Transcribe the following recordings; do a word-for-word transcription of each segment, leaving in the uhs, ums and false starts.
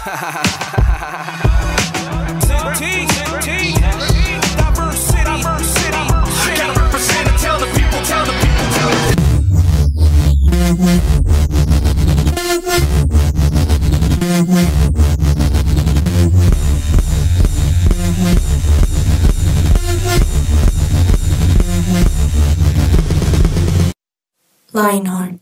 Lionheart.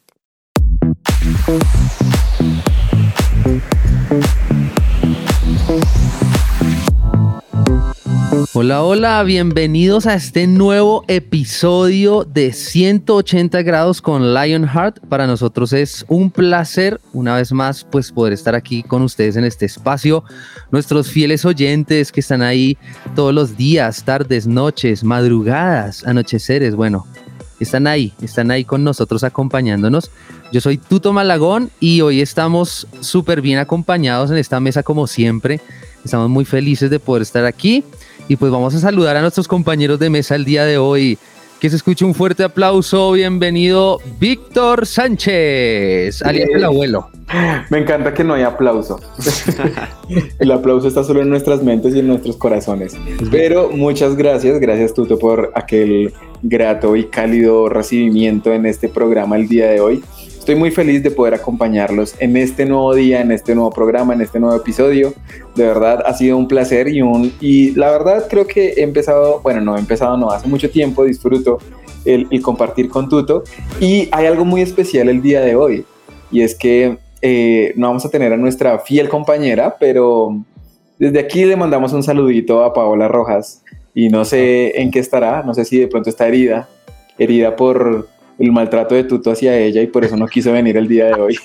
Hola, hola, bienvenidos a este nuevo episodio de ciento ochenta grados con Lionheart. Para nosotros es un placer, una vez más, pues poder estar aquí con ustedes en este espacio. Nuestros fieles oyentes que están ahí todos los días, tardes, noches, madrugadas, anocheceres, bueno, están ahí, están ahí con nosotros acompañándonos. Yo soy Tuto Malagón y hoy estamos súper bien acompañados en esta mesa como siempre. Estamos muy felices de poder estar aquí y pues vamos a saludar a nuestros compañeros de mesa el día de hoy. Que se escuche un fuerte aplauso. Bienvenido Víctor Sánchez, alias el abuelo. Me encanta que no hay aplauso. El aplauso está solo en nuestras mentes y en nuestros corazones. Pero muchas gracias, gracias Tuto por aquel grato y cálido recibimiento en este programa el día de hoy. Estoy muy feliz de poder acompañarlos en este nuevo día, en este nuevo programa, en este nuevo episodio. De verdad ha sido un placer y un y la verdad creo que he empezado, bueno, no he empezado, no, hace mucho tiempo disfruto el, el compartir con Tuto. Y hay algo muy especial el día de hoy, y es que eh, no vamos a tener a nuestra fiel compañera, pero desde aquí le mandamos un saludito a Paola Rojas, y no sé en qué estará, no sé si de pronto está herida, herida por el maltrato de Tuto hacia ella y por eso no quiso venir el día de hoy.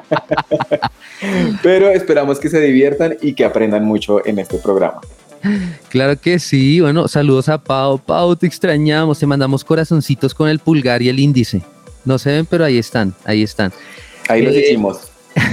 Pero esperamos que se diviertan y que aprendan mucho en este programa. Claro que sí. Bueno, saludos a Pau. Pau, te extrañamos, te mandamos corazoncitos con el pulgar y el índice. No se ven, pero ahí están, ahí están. Ahí los eh, hicimos.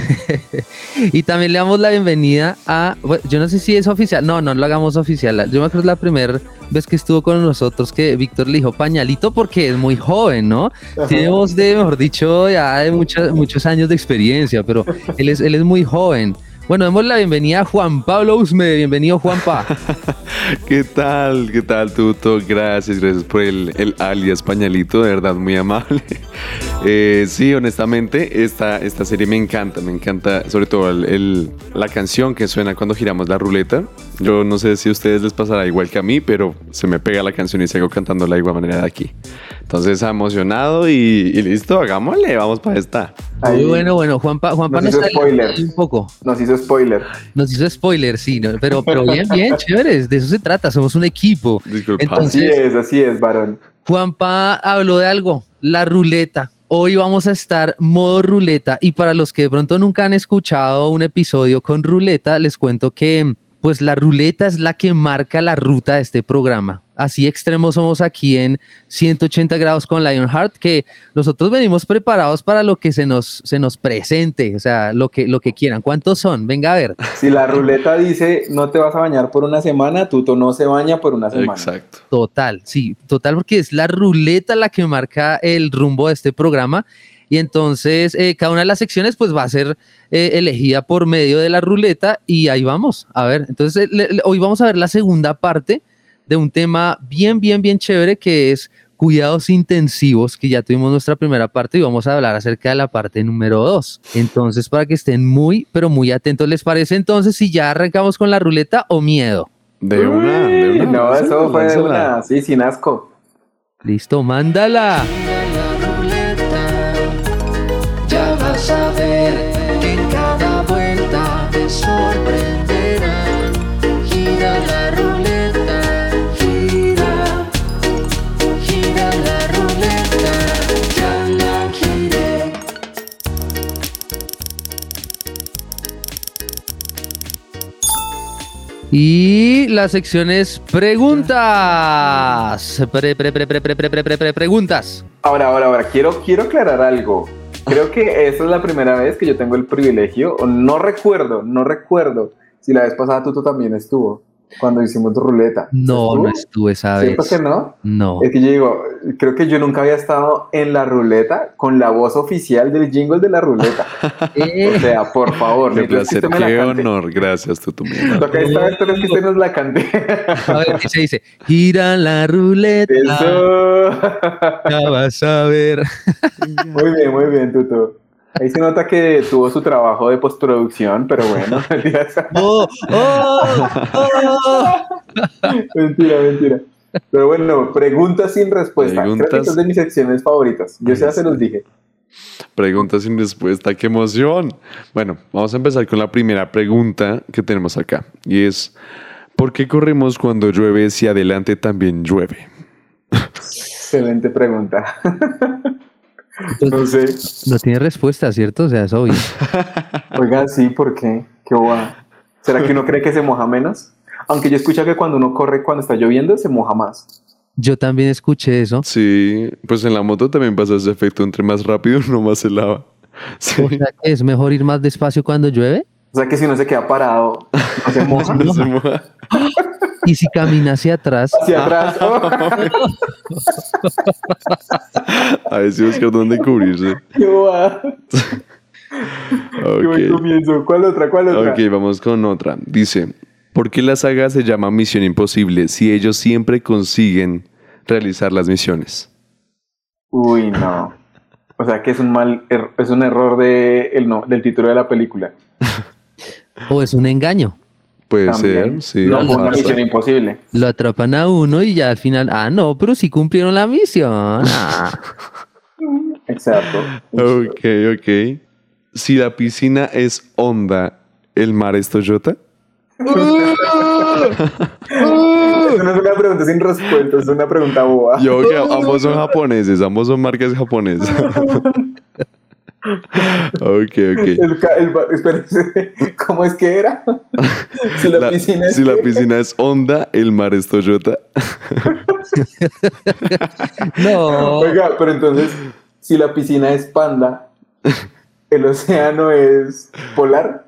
Y también le damos la bienvenida a, bueno, yo no sé si es oficial, no, no lo hagamos oficial. Yo me acuerdo la primera vez que estuvo con nosotros que Víctor le dijo pañalito porque es muy joven, ¿no? Ajá. Tiene voz de, mejor dicho, ya de muchos, muchos años de experiencia, pero él es, él es muy joven. Bueno, demos la bienvenida a Juan Pablo Usme. Bienvenido, Juanpa. ¿Qué tal? ¿Qué tal, Tuto? Gracias, gracias por el, el alias pañalito, de verdad, muy amable. Eh, sí, honestamente, esta, esta serie me encanta, me encanta, sobre todo el, el, la canción que suena cuando giramos la ruleta. Yo no sé si a ustedes les pasará igual que a mí, pero se me pega la canción y sigo cantándola de igual manera de aquí. Entonces, emocionado y, y listo, hagámosle, vamos para esta. Muy bueno, bueno, Juanpa, Juanpa nos, nos hizo spoiler. Un poco. Nos hizo spoiler. Nos hizo spoiler, sí, ¿no? pero, pero bien, bien, chéveres, de eso se trata, somos un equipo. Disculpa. Entonces, así es, así es, varón. Juanpa habló de algo, la ruleta. Hoy vamos a estar modo ruleta y para los que de pronto nunca han escuchado un episodio con ruleta, les cuento que pues la ruleta es la que marca la ruta de este programa. Así extremos somos aquí en ciento ochenta grados con Lionheart, que nosotros venimos preparados para lo que se nos, se nos presente, o sea, lo que, lo que quieran. ¿Cuántos son? Venga a ver. Si la ruleta dice no te vas a bañar por una semana, Tuto no se baña por una semana. Exacto. Total, sí, total, porque es la ruleta la que marca el rumbo de este programa. Y entonces eh, cada una de las secciones pues va a ser eh, elegida por medio de la ruleta y ahí vamos. A ver, entonces le, le, hoy vamos a ver la segunda parte de un tema bien, bien, bien chévere que es cuidados intensivos, que ya tuvimos nuestra primera parte y vamos a hablar acerca de la parte número dos. Entonces para que estén muy, pero muy atentos, ¿les parece entonces si ya arrancamos con la ruleta o miedo? De una, de una. No, eso fue de una, sí, sin asco. Listo, mándala. Vas a ver que en cada vuelta te sorprenderán. Gira la ruleta, gira, gira la ruleta, ya la giré. Y la sección es preguntas. Pre, pre, pre, pre, pre, pre, pre, pre, pre, preguntas. Ahora, ahora, ahora, quiero, quiero aclarar algo. Creo que esta es la primera vez que yo tengo el privilegio, o no recuerdo, no recuerdo si la vez pasada Tuto también estuvo, cuando hicimos ruleta. No, ¿Estuvo? no estuve esa vez. ¿Cierto que no? No. Es que yo digo, creo que yo nunca había estado en la ruleta con la voz oficial del jingle de la ruleta. Eh, O sea, por favor, Qué necesito que placer, usted me la qué cante. honor. Gracias, Tutu. mi amor. Lo que esta vez es que usted nos la cante. a ver, ¿qué se dice? Gira la ruleta. Eso. Ya vas a ver. Muy bien, muy bien, Tutu. Ahí se nota que tuvo su trabajo de postproducción, pero bueno, ¡Oh! ¡Oh! ¡Oh! mentira, mentira. Pero bueno, preguntas sin respuesta. Creo que Preguntas- esta es de mis secciones favoritas. Yo ya se los dije. Pregunta sin respuesta, qué emoción. Bueno, vamos a empezar con la primera pregunta que tenemos acá. Y es, ¿por qué corremos cuando llueve si adelante también llueve? Excelente pregunta. No sé. No tiene respuesta, ¿cierto? O sea, es obvio. Oiga, sí, ¿por qué? Qué guay. ¿Será que uno cree que se moja menos? Aunque yo escucho que cuando uno corre cuando está lloviendo se moja más. Yo también escuché eso. Sí, pues en la moto también pasa ese efecto. Entre más rápido, uno más se lava. Sí. O sea, que es mejor ir más despacio cuando llueve. O sea que si uno se queda parado, no se moja. No se moja. Y si camina hacia atrás, Hacia atrás. A ver si buscar dónde cubrirse. Qué guay. Qué buen Ok. comienzo. ¿Cuál otra? ¿Cuál otra? Ok, vamos con otra. Dice, ¿por qué la saga se llama Misión Imposible si ellos siempre consiguen realizar las misiones? Uy, no. O sea que es un mal, er- es un error de el no, del título de la película. o es un engaño. Puede También. ser, sí. No, fue una pasa. misión imposible. Lo atrapan a uno y ya al final, ah, no, pero sí cumplieron la misión. Ah. Exacto. Ok, ok. Si la piscina es honda, ¿el mar es Toyota? Eso no es una pregunta sin respuesta, es una pregunta boba. Yo creo que ambos son japoneses, ambos son marcas japonesas. Ok, ok. El, ca- el, ba- espérense, ¿cómo es que era? Si la, La- piscina es si la que- piscina es honda, el mar es Toyota. No. Oiga, pero entonces, si la piscina es panda, el océano es polar.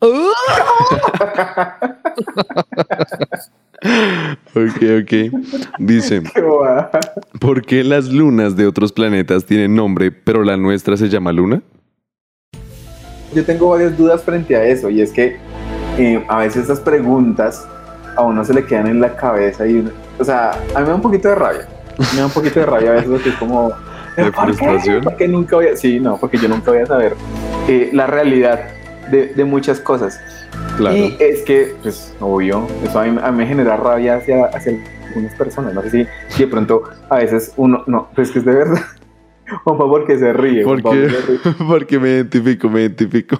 Ok, ok. Dice, Qué boba. ¿por qué las lunas de otros planetas tienen nombre, pero la nuestra se llama Luna? Yo tengo varias dudas frente a eso, y es que eh, a veces esas preguntas a uno se le quedan en la cabeza y, uno- o sea, a mí me da un poquito de rabia. Me da un poquito de rabia a veces porque es como... ¿De ¿por qué? frustración? Porque nunca voy a... Sí, no, porque yo nunca voy a saber eh, la realidad de, de muchas cosas. Claro. Y es que, pues, obvio, eso a mí, a mí me genera rabia hacia, hacia algunas personas. No sé si, si de pronto a veces uno... No, pues que es de verdad. Juanpa, porque se ríe. ¿Por Juanpa, qué? porque se ríe. Porque me identifico, me identifico.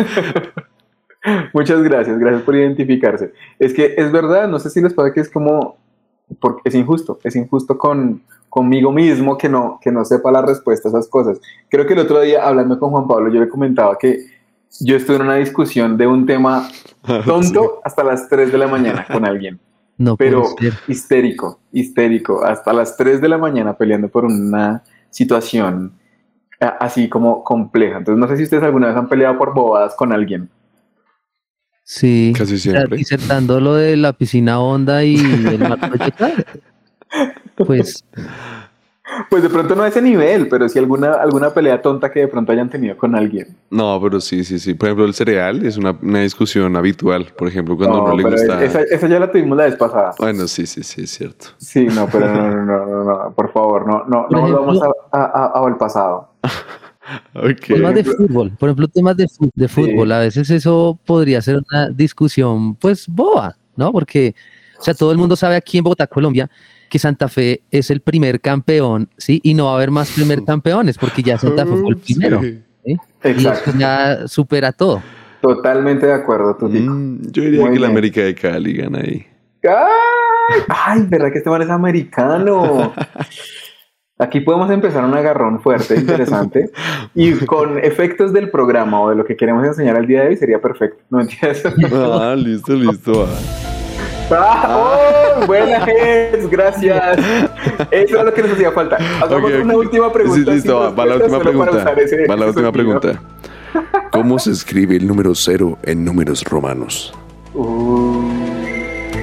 Muchas gracias, gracias por identificarse. Es que es verdad, no sé si les pasa que es como, porque es injusto, es injusto con, conmigo mismo que no, que no sepa la respuesta a esas cosas. Creo que el otro día, hablando con Juan Pablo, yo le comentaba que yo estuve en una discusión de un tema tonto hasta las tres de la mañana con alguien, No pero puede ser. histérico, histérico, hasta las tres de la mañana peleando por una situación a- así como compleja. Entonces no sé si ustedes alguna vez han peleado por bobadas con alguien. Sí. Casi O sea, siempre. disertando lo de la piscina honda y el mar Toyota, pues Pues de pronto no a ese nivel, pero sí alguna, alguna pelea tonta que de pronto hayan tenido con alguien. No, pero sí, sí, sí. Por ejemplo, el cereal es una, una discusión habitual. Por ejemplo, cuando No, no le pero gusta... esa, esa ya la tuvimos la vez pasada. Bueno, sí, sí, sí, es cierto. Sí, no, pero no, no, no, no, no, por favor, no, no, Por no volvamos ejemplo- a, a, a- al pasado. Ok. temas de fútbol, por ejemplo, temas de, fu- de fútbol, a veces eso podría ser una discusión, pues, boba, ¿no? Porque, o sea, todo el mundo sabe aquí en Bogotá, Colombia, que Santa Fe es el primer campeón, ¿sí? Y no va a haber más primer campeones, porque ya Santa Fe fue el primero, Sí. ¿sí? Y Exacto, eso ya supera todo. totalmente de acuerdo, tú Tico. Mm, yo diría Muy que la bien. América de Cali gana ahí. ¡Ay! ¡Ay! ¿Verdad que este man es americano? Aquí podemos empezar un agarrón fuerte, interesante, y con efectos del programa o de lo que queremos enseñar al día de hoy sería perfecto. ¿No entiendes? Ah, listo, listo. ah. ¡Ah! ¡Oh! Buena, Jess, gracias. Eso es lo que nos hacía falta. Hagamos Ok, ok. una última pregunta. Sí, listo, sin va, va la respuesta, última solo para pregunta. usar ese- Va la ese última sonido. pregunta. ¿Cómo se escribe el número cero en números romanos? Uh.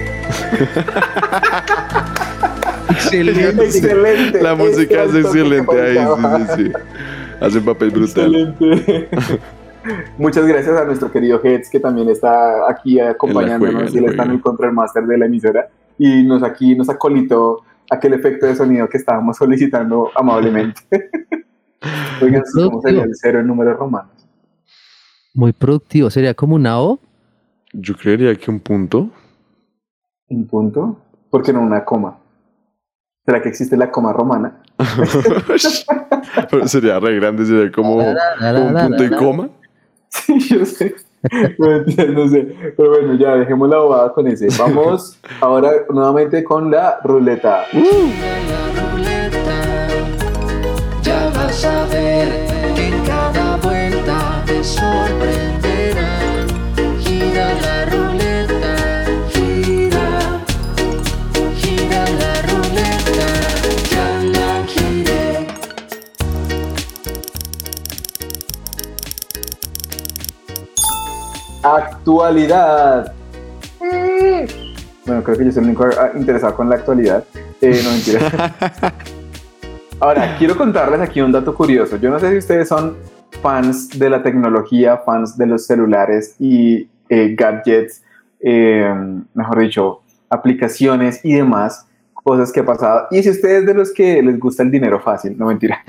Excelente. Excelente. La música es Este toque que excelente ahí, faltaba. sí, sí, sí. Hace un papel brutal. Excelente. Muchas gracias a nuestro querido Heads, que también está aquí acompañándonos. juega, en la Y él está en juega. el control master de la emisora. Y nos aquí nos acolitó aquel efecto de sonido que estábamos solicitando amablemente. Oigan, sí, ¿cómo sería el cero en números romanos? Muy productivo. ¿Sería como una O? Yo creería que un punto. ¿Un punto? ¿Por qué no una coma? ¿Será que existe la coma romana? Pero sería re grande, sería como, como un punto y coma. Sí, yo sé. No, entiendo, no sé. Pero bueno, ya dejemos la bobada con ese. Vamos ahora nuevamente con la ruleta. Gira la ruleta, ya vas a ver que en cada vuelta te sorprenderán. Gira la ruleta, gira, gira la ruleta, ya la giré. Actualidad. Bueno, creo que yo soy el único ah, interesado con la actualidad. Eh, no, mentira. Ahora, quiero contarles aquí un dato curioso. Yo no sé si ustedes son fans de la tecnología, fans de los celulares y eh, gadgets, eh, mejor dicho, aplicaciones y demás, cosas que ha pasado. Y si ustedes de los que les gusta el dinero fácil, no mentira.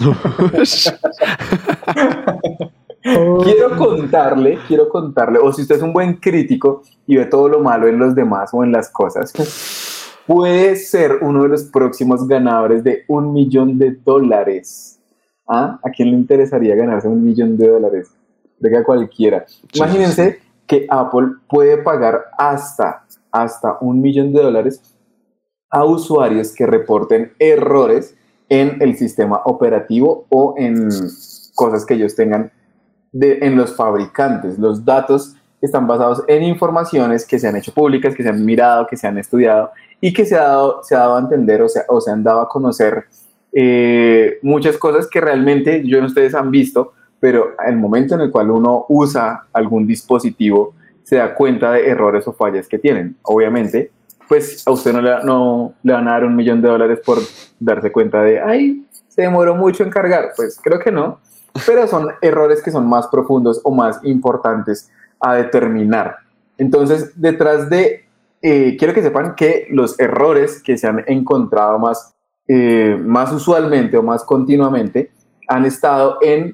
Quiero contarle, quiero contarle, o si usted es un buen crítico y ve todo lo malo en los demás o en las cosas, puede ser uno de los próximos ganadores de un millón de dólares. ¿Ah? ¿A quién le interesaría ganarse un millón de dólares? Creo que a cualquiera. Imagínense que Apple puede pagar hasta, hasta un millón de dólares a usuarios que reporten errores en el sistema operativo o en cosas que ellos tengan de, en los fabricantes. Los datos están basados en informaciones que se han hecho públicas, que se han mirado, que se han estudiado y que se ha dado, se ha dado a entender o se, o se han dado a conocer eh, muchas cosas que realmente yo no ustedes han visto, pero el momento en el cual uno usa algún dispositivo se da cuenta de errores o fallas que tienen. Obviamente, pues a usted no le, no le van a dar un millón de dólares por darse cuenta de, ay, se demoró mucho en cargar. Pues creo que no, pero son errores que son más profundos o más importantes a determinar. Entonces, detrás de, eh, quiero que sepan que los errores que se han encontrado más, eh, más usualmente o más continuamente han estado en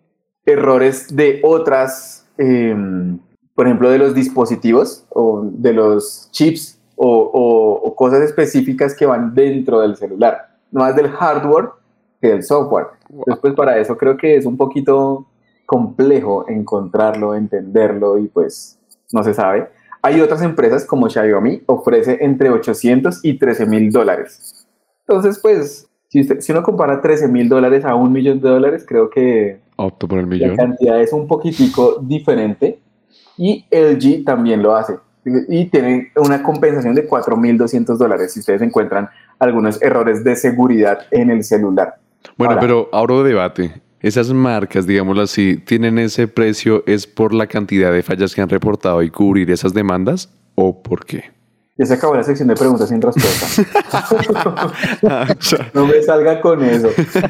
errores de otras, eh, por ejemplo, de los dispositivos o de los chips o, o, o cosas específicas que van dentro del celular, no más del hardware que del software. Entonces, pues para eso creo que es un poquito complejo encontrarlo, entenderlo y pues no se sabe. Hay otras empresas como Xiaomi, ofrece entre ochocientos y trece mil dólares. Entonces, pues, si, usted, si uno compara trece mil dólares a un millón de dólares, creo que opto por el millón. La cantidad es un poquitico diferente y L G también lo hace. Y tiene una compensación de cuatro mil doscientos dólares si ustedes encuentran algunos errores de seguridad en el celular. Bueno, Ahora, pero abro debate. Esas marcas, digámoslo así, ¿tienen ese precio es por la cantidad de fallas que han reportado y cubrir esas demandas o por qué? ya se acabó la sección de preguntas sin respuesta. No me salga con eso.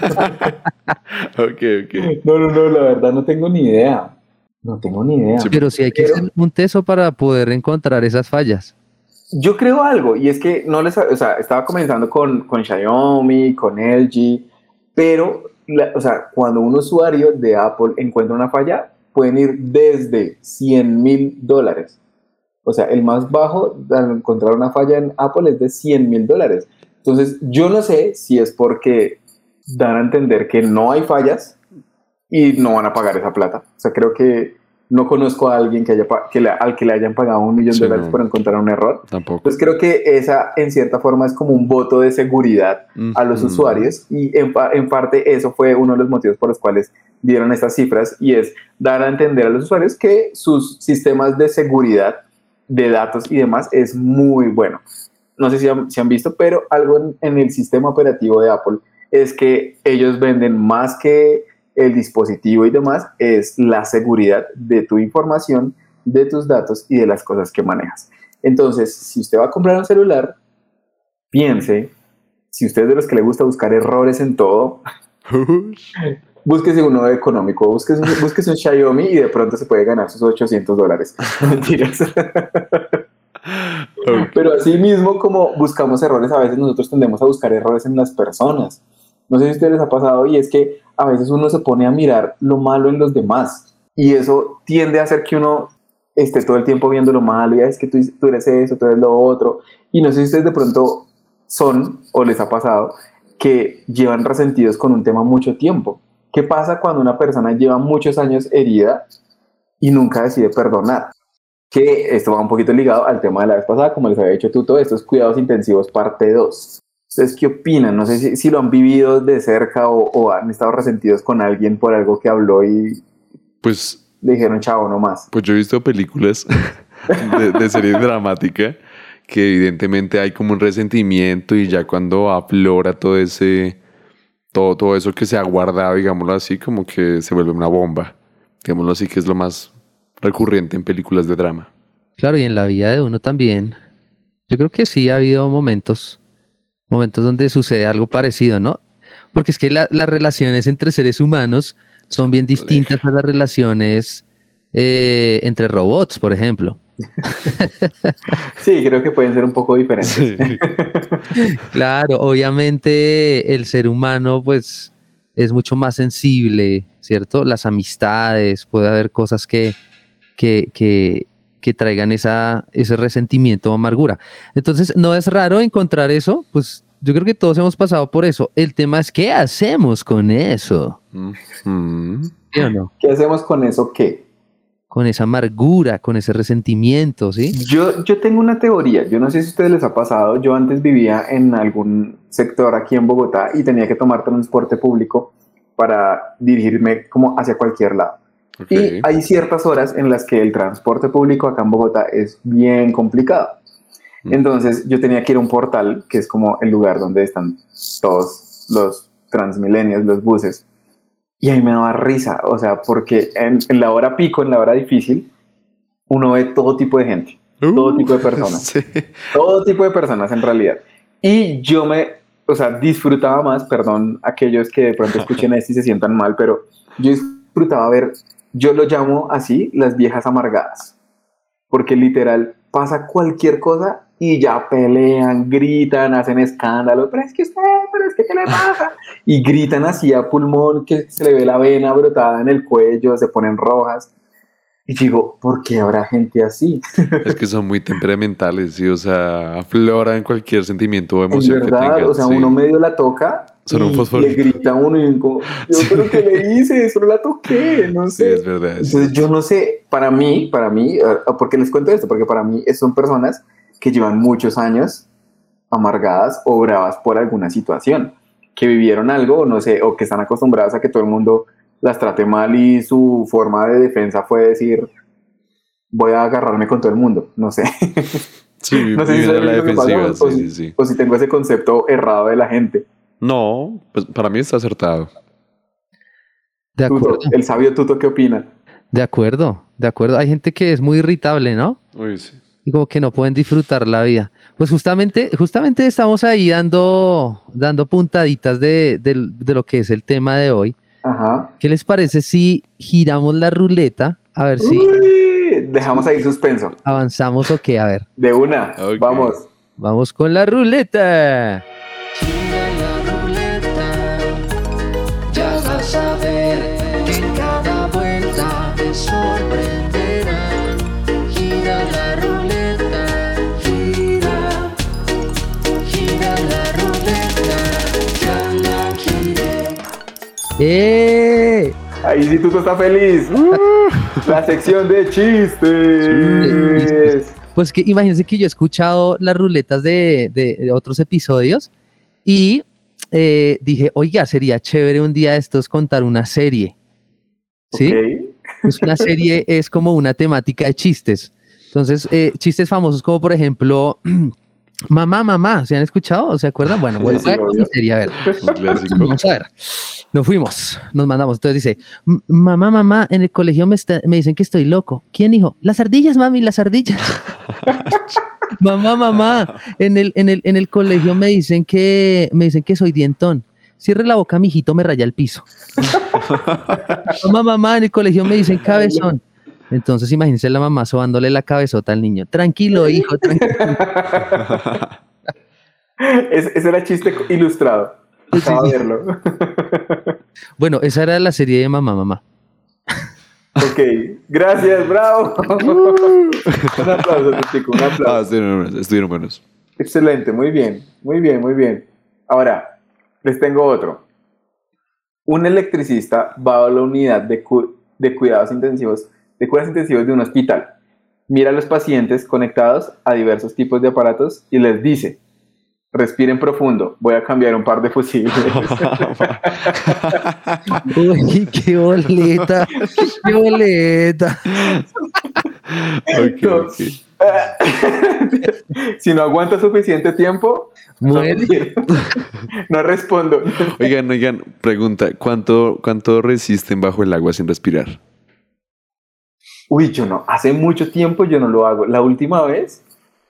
Ok, ok. No, no, no, la verdad no tengo ni idea. No tengo ni idea. Sí, Pero sí hay que Pero- hacer un teso para poder encontrar esas fallas. Yo creo algo, y es que no les, o sea, estaba comenzando con, con Xiaomi, con L G, pero, la- o sea, cuando un usuario de Apple encuentra una falla, pueden ir desde cien mil dólares. O sea, el más bajo al encontrar una falla en Apple es de cien mil dólares. Entonces, yo no sé si es porque dan a entender que no hay fallas y no van a pagar esa plata. O sea, creo que no conozco a alguien que haya pa- que le- al que le hayan pagado un millón Sí, de dólares no. por encontrar un error. Tampoco. Pues creo que esa, en cierta forma, es como un voto de seguridad a los Ujú. usuarios y en, pa- en parte eso fue uno de los motivos por los cuales dieron estas cifras y es dar a entender a los usuarios que sus sistemas de seguridad de datos y demás es muy bueno. No sé si han, si han visto, pero algo en, en el sistema operativo de Apple es que ellos venden más que el dispositivo y demás, es la seguridad de tu información, de tus datos y de las cosas que manejas. Entonces, si usted va a comprar un celular, piense, si usted es de los que le gusta buscar errores en todo, búsquese uno económico, búsquese, búsquese un Xiaomi y de pronto se puede ganar sus ochocientos dólares. Mentiras. Okay. Pero así mismo como buscamos errores, a veces nosotros tendemos a buscar errores en las personas. No sé si a ustedes les ha pasado, y es que a veces uno se pone a mirar lo malo en los demás y eso tiende a hacer que uno esté todo el tiempo viendo lo malo y es que tú, tú eres eso, tú eres lo otro. Y no sé si ustedes de pronto son o les ha pasado que llevan resentidos con un tema mucho tiempo. ¿Qué pasa cuando una persona lleva muchos años herida y nunca decide perdonar? Que esto va un poquito ligado al tema de la vez pasada, como les había dicho Tuto, estos cuidados intensivos parte dos. ¿Ustedes qué opinan? No sé si, si lo han vivido de cerca o, o han estado resentidos con alguien por algo que habló y pues le dijeron chavo nomás. Pues yo he visto películas de, de serie dramática que evidentemente hay como un resentimiento y ya cuando aflora todo ese todo, todo eso que se ha guardado, digámoslo así, como que se vuelve una bomba. Digámoslo así, que es lo más recurrente en películas de drama. Claro, y en la vida de uno también. Yo creo que sí ha habido momentos, momentos donde sucede algo parecido, ¿no? Porque es que la, las relaciones entre seres humanos son bien distintas a las relaciones eh, entre robots, por ejemplo. Sí, creo que pueden ser un poco diferentes. Sí. Claro, obviamente el ser humano pues es mucho más sensible, ¿cierto? Las amistades, puede haber cosas que, que, que, que traigan esa, ese resentimiento o amargura. Entonces no es raro encontrar eso, pues yo creo que todos hemos pasado por eso. El tema es ¿qué hacemos con eso? Mm-hmm. ¿Sí o no? ¿Qué hacemos con eso qué? Con esa amargura, con ese resentimiento, ¿sí? Yo, yo tengo una teoría, yo no sé si a ustedes les ha pasado, yo antes vivía en algún sector aquí en Bogotá y tenía que tomar transporte público para dirigirme como hacia cualquier lado. Okay. Y hay ciertas horas en las que el transporte público acá en Bogotá es bien complicado. Mm. Entonces yo tenía que ir a un portal, que es como el lugar donde están todos los Transmilenios, los buses. Y ahí me daba risa, o sea, porque en, en la hora pico, en la hora difícil, uno ve todo tipo de gente, uh, todo tipo de personas, sí. todo tipo de personas en realidad. Y yo me, o sea, disfrutaba más, perdón, aquellos que de pronto escuchen esto y se sientan mal, pero yo disfrutaba ver, yo lo llamo así, las viejas amargadas, porque literal pasa cualquier cosa y ya pelean, gritan, hacen escándalo, pero es que usted, pero es que ¿qué le pasa? Y gritan así a pulmón, que se le ve la vena brotada en el cuello, se ponen rojas. Y digo, ¿por qué habrá gente así? Es que son muy temperamentales, sí, o sea, afloran cualquier sentimiento o emoción en verdad, que tengan. O sea, sí. Uno medio la toca son y un fosforo. Le grita a uno y como, yo sí. ¿Pero qué le hice? Solo la toqué, no sé. Sí, es verdad. Entonces sí. yo no sé, para mí, para mí, ¿por qué les cuento esto? Porque para mí son personas que llevan muchos años amargadas o bravas por alguna situación, que vivieron algo, no sé, o que están acostumbradas a que todo el mundo las trate mal y su forma de defensa fue decir, voy a agarrarme con todo el mundo, no sé. Sí, no sé si la, la defensiva, pasa, o, sí, o, sí, sí. o si tengo ese concepto errado de la gente. No, pues para mí está acertado. De acuerdo. Tuto, el sabio Tuto, ¿qué opina? De acuerdo, de acuerdo. Hay gente que es muy irritable, ¿no? Uy, sí. Y como que no pueden disfrutar la vida. Pues justamente, justamente estamos ahí dando, dando puntaditas de, de, de lo que es el tema de hoy. Ajá. ¿Qué les parece si giramos la ruleta? A ver si... Uy, dejamos ahí suspenso. ¿Avanzamos o qué? A ver. De una, okay. Vamos. Vamos con la ruleta. Gira la ruleta, ya vas a ver que en cada vuelta te sorprenderá. Gira la ruleta, gira, gira la ruleta, ya la giré. ¡Eh! Ahí sí Tuto está feliz. Uh, la sección de chistes. Sí. Pues que imagínense que yo he escuchado las ruletas de, de, de otros episodios y eh, dije, oiga, sería chévere un día de estos contar una serie. ¿Sí? Okay. Pues una serie es como una temática de chistes. Entonces, eh, chistes famosos como por ejemplo, Mamá, Mamá, ¿se han escuchado? ¿O se acuerdan? Bueno, bueno, sí, sí, sería, a ver. Vamos a ver. Nos fuimos, nos mandamos. Entonces dice, mamá, mamá, en el colegio me, está, me dicen que estoy loco. ¿Quién, hijo? Las ardillas, mami, las ardillas. Mamá, mamá, en el, en el, en el colegio me dicen que, me dicen que soy dientón. Cierre la boca, mijito, me raya el piso. Mamá, mamá, en el colegio me dicen cabezón. Entonces imagínense la mamá sobándole la cabezota al niño. Tranquilo, hijo, tranquilo. Es- ese era chiste ilustrado. Acabo de verlo. Bueno, esa era la serie de Mamá, mamá. Ok, gracias, bravo. Un aplauso, Tutico, un Ah, aplauso. estuvieron buenos, estuvieron buenos. Excelente, muy bien, muy bien, muy bien. Ahora, les tengo otro. Un electricista va a la unidad de, cu- de cuidados intensivos, de cuidados intensivos de un hospital. Mira a los pacientes conectados a diversos tipos de aparatos y les dice: respiren profundo, voy a cambiar un par de fusibles. Uy, qué boleta, qué boleta. Ok, No. ok. Si no aguanta suficiente tiempo, no, Muere. no respondo. Oigan, oigan, pregunta, ¿cuánto, cuánto resisten bajo el agua sin respirar? Uy, yo no, hace mucho tiempo yo no lo hago. La última vez,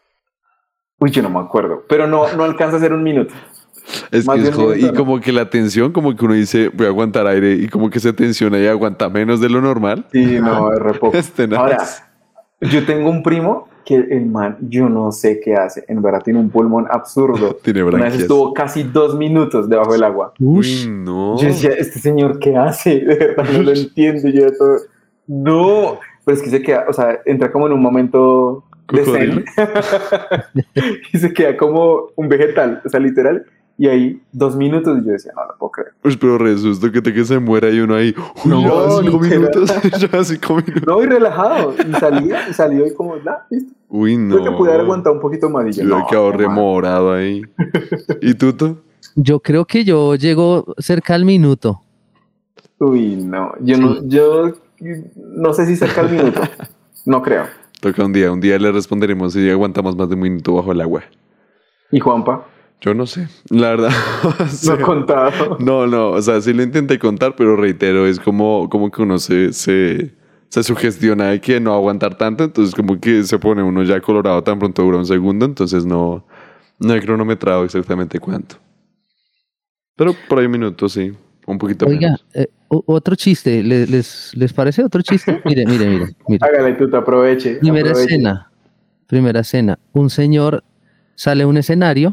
uy, yo no me acuerdo, pero no, no alcanza a ser un minuto. Es Más que de es un jodido. Y minuto, ¿no? como que la tensión, como que uno dice, voy a aguantar aire, y como que se tensiona y aguanta menos de lo normal. Sí, no, es re poco. Es tenaz. Ahora, yo tengo un primo que el man, yo no sé qué hace. En verdad tiene un pulmón absurdo. Tiene Una vez branquias. estuvo casi dos minutos debajo del agua. Uy, Ush. no. Yo decía, ¿este señor qué hace? De verdad no lo entiendo. Yo de todo. No, pero es que se queda, o sea, entra como en un momento de ¿Cocodrilo? zen y se queda como un vegetal, o sea, literal. Y ahí dos minutos y yo decía, no, no puedo creer. Uy, pero re susto que te que se muera y uno ahí. Uy, No, ya cinco literal. minutos. Ya cinco minutos. No, y relajado. Y salía, y salió y como, nah, listo. Uy, Creo que no. pude haber aguantado un poquito más. Y yo, Yo he no, quedado qué mal. remorado ahí. ¿Y Tuto? Yo creo que yo llego cerca al minuto. Uy, no. Yo no, yo no sé si cerca al minuto. No creo. Toca un día. Un día le responderemos si aguantamos más de un minuto bajo el agua. ¿Y Juanpa? Yo no sé. La verdad. o sea, No he contado. No, no, o sea, sí lo intenté contar, pero reitero, es como, como que uno se, se, se sugestiona de que no va a aguantar tanto, entonces como que se pone uno ya colorado tan pronto dura un segundo, entonces no, no he cronometrado exactamente cuánto. Pero por ahí un minuto, sí, un poquito Oiga, menos. eh, o- otro chiste, ¿le- ¿les, les parece otro chiste? Mire, mire, mire, mire. Hágale, tú te aproveche. Primera aproveche. escena, primera escena. Un señor sale a un escenario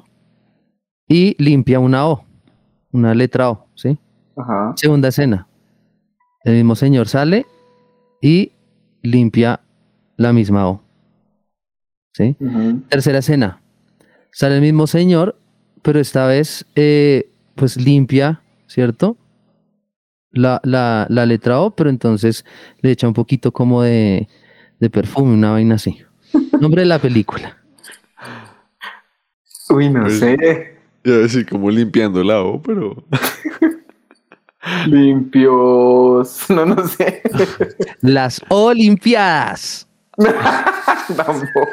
y limpia una O, una letra O, ¿sí? Ajá. Segunda escena. El mismo señor sale y limpia la misma O, ¿sí? Ujú. Tercera escena. Sale el mismo señor, pero esta vez eh, pues limpia, ¿cierto? La, la, la letra O, pero entonces le echa un poquito como de, de perfume, una vaina así. Nombre de la película. Uy, no Pues- sé. Ya decir, como limpiando la O, pero... Limpios. No, no sé. Las Olimpiadas. Tampoco.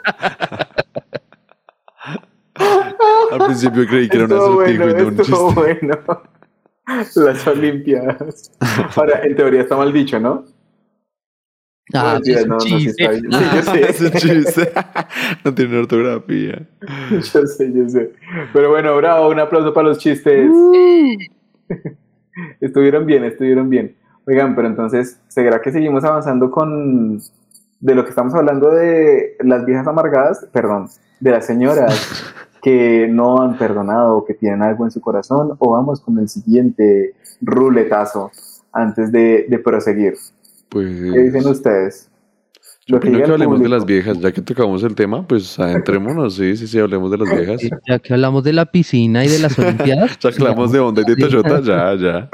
Al principio creí que era un Estuvo acertijo bueno, y no un estuvo chiste. bueno. Las Olimpiadas. Ahora, en teoría está mal dicho, ¿no? Ah, Mentira, es un no, no, sí chiste. está bien. Sí, yo sé. Es un chiste. No tiene ortografía. Yo sé, yo sé. Pero bueno, bravo, un aplauso para los chistes. Estuvieron bien, estuvieron bien. Oigan, pero entonces, ¿será que seguimos avanzando con de lo que estamos hablando de las viejas amargadas? Perdón, de las señoras que no han perdonado o que tienen algo en su corazón, o vamos con el siguiente ruletazo antes de, de proseguir. Pues... ¿Qué dicen ustedes? Yo Lo que opino diga que el hablemos de público. las viejas, ya que tocamos el tema, pues adentrémonos, sí, sí, sí, hablemos de las viejas. Eh, Ya que hablamos de la piscina y de las Olimpiadas. Ya que hablamos de Honda y de Toyota, ya, ya.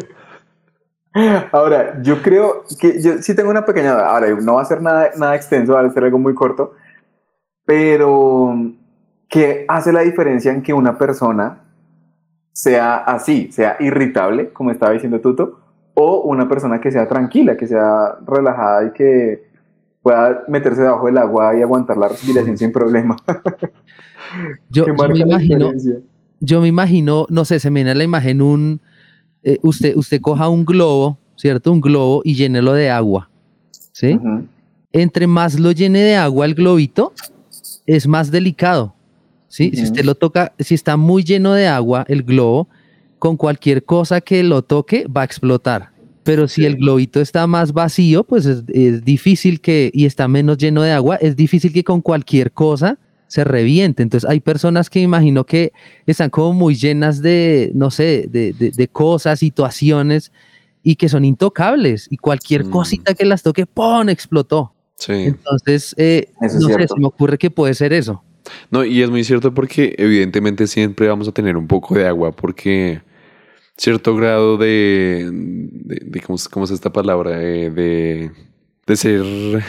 Ahora, yo creo que yo sí tengo una pequeña duda. Ahora, no va a ser nada, nada extenso, va a ser algo muy corto, pero ¿qué hace la diferencia en que una persona sea así, sea irritable, como estaba diciendo Tuto, o una persona que sea tranquila, que sea relajada y que pueda meterse debajo del agua y aguantar la respiración sin problema? Yo, ¿Qué yo marca me la imagino, diferencia? yo me imagino, no sé, se me viene a la imagen un, eh, usted, usted coja un globo, ¿cierto? Un globo y llénelo de agua, ¿sí? Ujú. Entre más lo llene de agua el globito, es más delicado, ¿sí? Uh-huh. Si usted lo toca, si está muy lleno de agua el globo, con cualquier cosa que lo toque va a explotar. Pero si sí. el globito está más vacío, pues es, es difícil que, y está menos lleno de agua, es difícil que con cualquier cosa se reviente. Entonces hay personas que imagino que están como muy llenas de, no sé, de, de, de cosas, situaciones, y que son intocables, y cualquier mm. cosita que las toque, ¡pum!, explotó. Sí. Entonces, eh, no sé, se me ocurre que puede ser eso. No, y es muy cierto porque evidentemente siempre vamos a tener un poco de agua, porque cierto grado de, de, de ¿cómo, ¿cómo es esta palabra? Eh, de, de ser,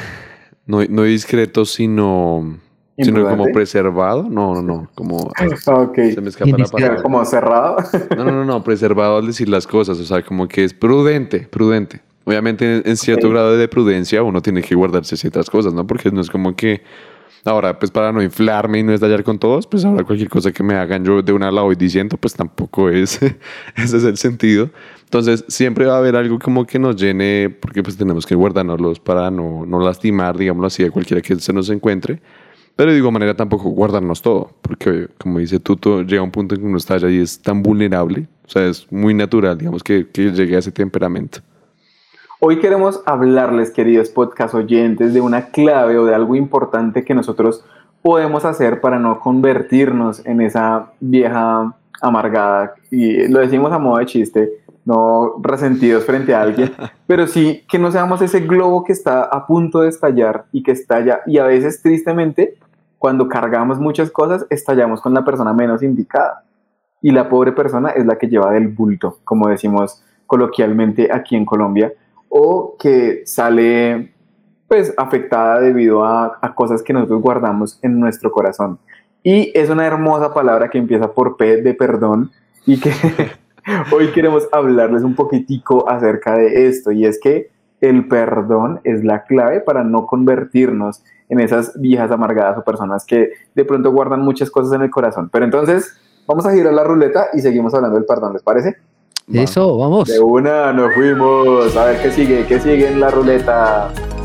no, no discreto, sino, sino como preservado. No, no, no, como... Okay. Se me escapa la palabra. ¿Como cerrado? No, no, no, no, preservado al decir las cosas, o sea, como que es prudente, prudente. Obviamente en, en cierto okay. grado de prudencia uno tiene que guardarse ciertas cosas, ¿no? Porque no es como que... Ahora, pues para no inflarme y no estallar con todos, pues ahora cualquier cosa que me hagan yo de una la voy diciendo, pues tampoco es, ese es el sentido. Entonces siempre va a haber algo como que nos llene, porque pues tenemos que guardárnoslos para no, no lastimar, digámoslo así, a cualquiera que se nos encuentre. Pero de igual manera tampoco guardarnos todo, porque como dice Tuto, llega un punto en que uno estalla y es tan vulnerable, o sea, es muy natural, digamos, que, que llegue a ese temperamento. Hoy queremos hablarles, queridos podcast oyentes, de una clave o de algo importante que nosotros podemos hacer para no convertirnos en esa vieja amargada. Y lo decimos a modo de chiste, no resentidos frente a alguien, pero sí que no seamos ese globo que está a punto de estallar y que estalla. Y a veces, tristemente, cuando cargamos muchas cosas, estallamos con la persona menos indicada. Y la pobre persona es la que lleva del bulto, como decimos coloquialmente aquí en Colombia, o que sale pues afectada debido a, a cosas que nosotros guardamos en nuestro corazón. Y es una hermosa palabra que empieza por P de perdón, y que hoy queremos hablarles un poquitico acerca de esto, y es que el perdón es la clave para no convertirnos en esas viejas amargadas o personas que de pronto guardan muchas cosas en el corazón. Pero entonces vamos a girar la ruleta y seguimos hablando del perdón, ¿les parece? Eso, vamos. De una, nos fuimos. A ver qué sigue, qué sigue en la ruleta.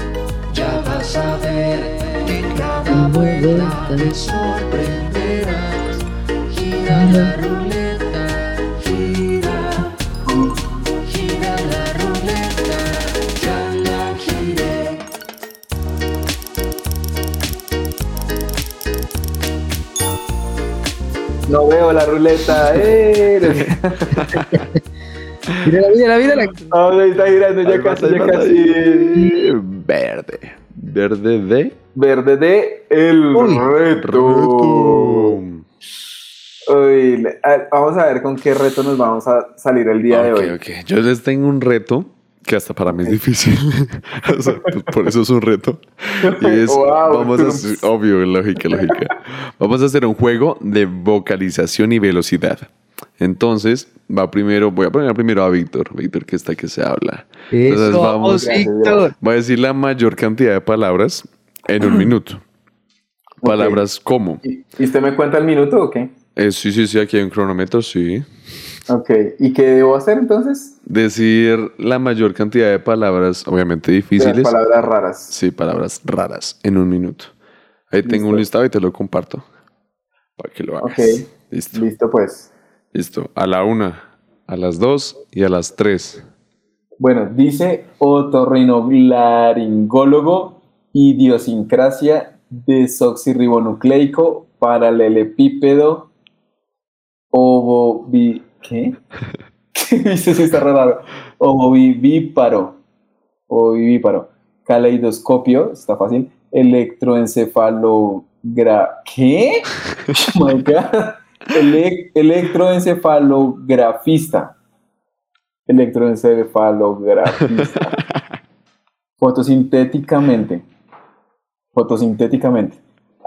Ya vas a ver que en cada vuelta te sorprenderás. Gira la ruleta, gira, gira la ruleta, ya la giré. No veo la ruleta, eh. Mírala, mírala, mírala. Oh, ahí está girando, ya casi, ya casi. Verde. Verde de... Verde de el Uy, reto. reto. Uy, vamos a ver con qué reto nos vamos a salir el día okay, de hoy. Okay. Yo les tengo un reto que hasta para mí es difícil. O sea, pues por eso es un reto. Y es, wow, vamos a hacer, obvio, lógica, lógica. Vamos a hacer un juego de vocalización y velocidad. Entonces, va primero, voy a poner primero a Víctor. Víctor, que está que se habla. Entonces, eso, vamos, Víctor. Voy a decir la mayor cantidad de palabras en un minuto. Okay. Palabras como. ¿Y usted me cuenta el minuto o qué? Eh, sí, sí, sí, aquí hay un cronómetro, sí. Ok, ¿y qué debo hacer entonces? Decir la mayor cantidad de palabras, obviamente difíciles. De palabras raras. Sí, palabras raras en un minuto. Ahí Listo. Tengo un listado y te lo comparto para que lo hagas. Ok, listo. Listo pues. Listo, a la una, a las dos y a las tres. Bueno, dice otorrinolaringólogo, idiosincrasia desoxirribonucleico, paralelepípedo, ovovi... ¿Qué? ¿Qué dice? Sí, está raro. Ovovivíparo. Ovovivíparo. Caleidoscopio, está fácil. Electroencefalogra... ¿Qué? Oh my God. Ele- electroencefalografista. Electroencefalografista. Fotosintéticamente. Fotosintéticamente.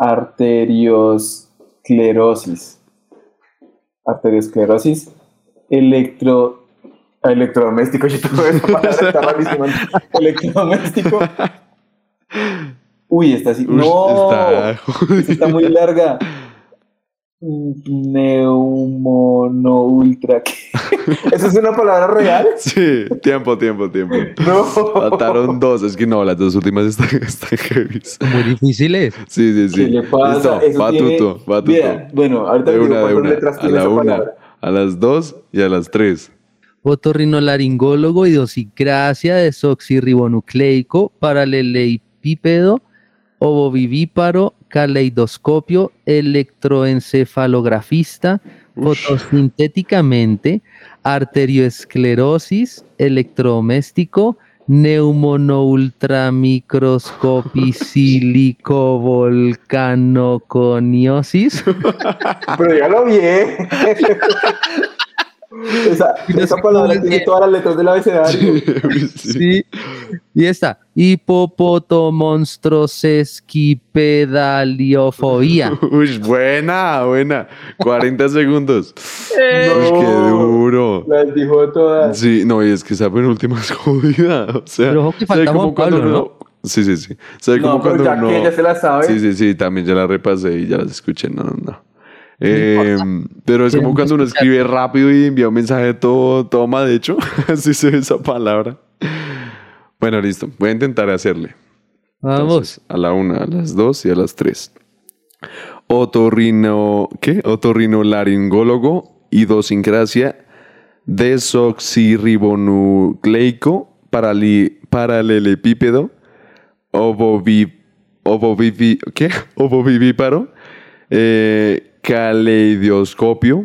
Arteriosclerosis. Arteriosclerosis. Electro. Electrodoméstico. Yo tengo esa palabra, está rarísima. Electrodoméstico. Uy, esta sí. Uy, No. está... Esta está muy larga. Neumono ultra. ¿Eso es una palabra real? Sí, tiempo, tiempo, tiempo. No. Faltaron dos, es que no, las dos últimas están, están heavy. Muy difíciles. Sí, sí, sí. ¿Qué le pasa? Listo, Eso va tiene- tuto, va tuto. Vea, bueno, ahorita De les digo una, de cuántas una. letras A tiene la esa una, palabra. a las dos y a las tres. Otorrinolaringólogo, idiosincrasia, desoxirribonucleico, paralelepípedo, ovovivíparo, caleidoscopio, electroencefalografista, fotosintéticamente, arterioesclerosis, electrodoméstico, neumonoultramicroscopicilicovolcanoconiosis. Pero ya lo vi, ¿eh? Esa, Y no esa sé palabra cómo tiene es. todas las letras del abecedario. Sí. Sí. Y esta, hipopotomonstrosesquipedaliofobia. Uy, buena, buena. cuarenta segundos. No. Uy, qué duro. Las dijo todas. Sí, no, y es que esa penúltima es jodida. O sea, Pero ojo que ¿sabe falta como Juan cuando Pablo, uno- Sí, sí, sí. ¿Sabe No, como pero cuando ya uno... que ella se la sabe. Sí, sí, sí, también ya la repasé y ya las escuché. No, no, no. Eh, pero es como Queremos cuando uno escuchar. escribe rápido y envía un mensaje todo, todo mal hecho. Así se ve esa palabra. Bueno, listo. Voy a intentar hacerle. Vamos. Entonces, a la una, a las dos y a las tres. Otorrino, ¿qué? Otorrinolaringólogo, idiosincrasia, desoxirribonucleico, parali- paralelepípedo, ovovi, ovovivi, ¿qué? Ovovivíparo, eh, caleidoscopio,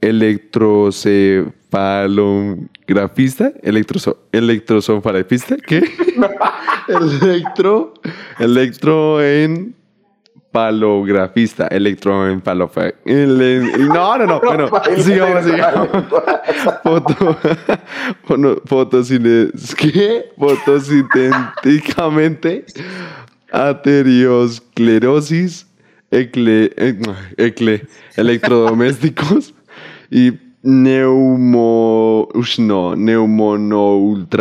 electrocefalografista, electroso, electrosofalografista, ¿qué? Electro, electroenfalografista, electroenfalografista. No, no, no, bueno, sigamos, sigamos. Foto, fono- fotocine- ¿qué? Fotosintéticamente, arteriosclerosis, ecle, eh, ecle, electrodomésticos y neumo, ush, no, neumono